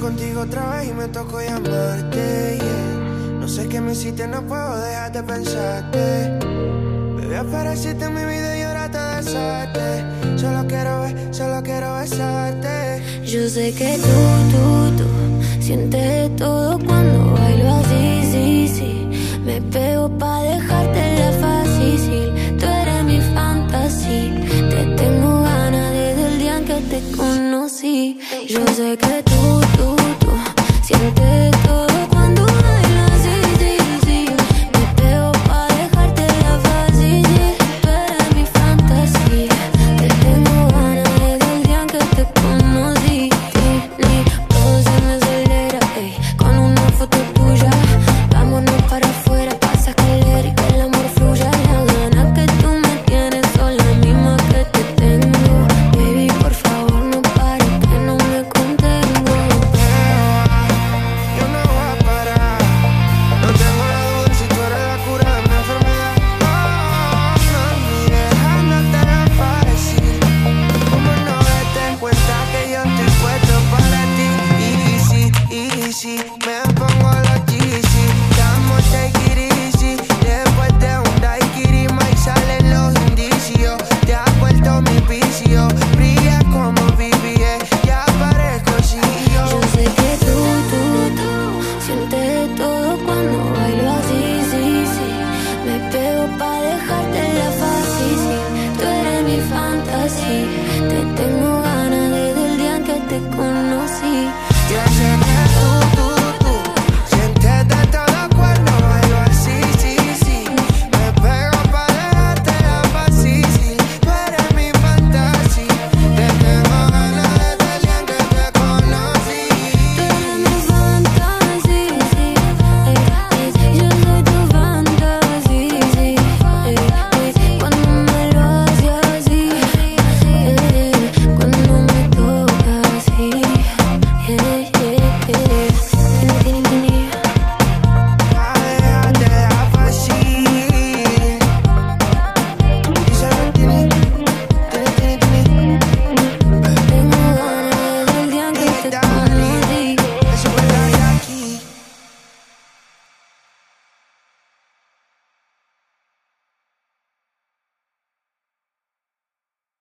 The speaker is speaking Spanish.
contigo otra vez y me tocó llamarte, yeah. No sé qué me hiciste, no puedo dejar de pensarte. Bebé, apareciste en mi vida y ahora te desate. Solo quiero besarte. Yo sé que tú sientes todo cuando bailo así, sí, sí. Me pego pa' dejártela fácil. Tú eres mi fantasía. Te tengo ganas desde el día en que te conocí. Yo sé que tú sientes todo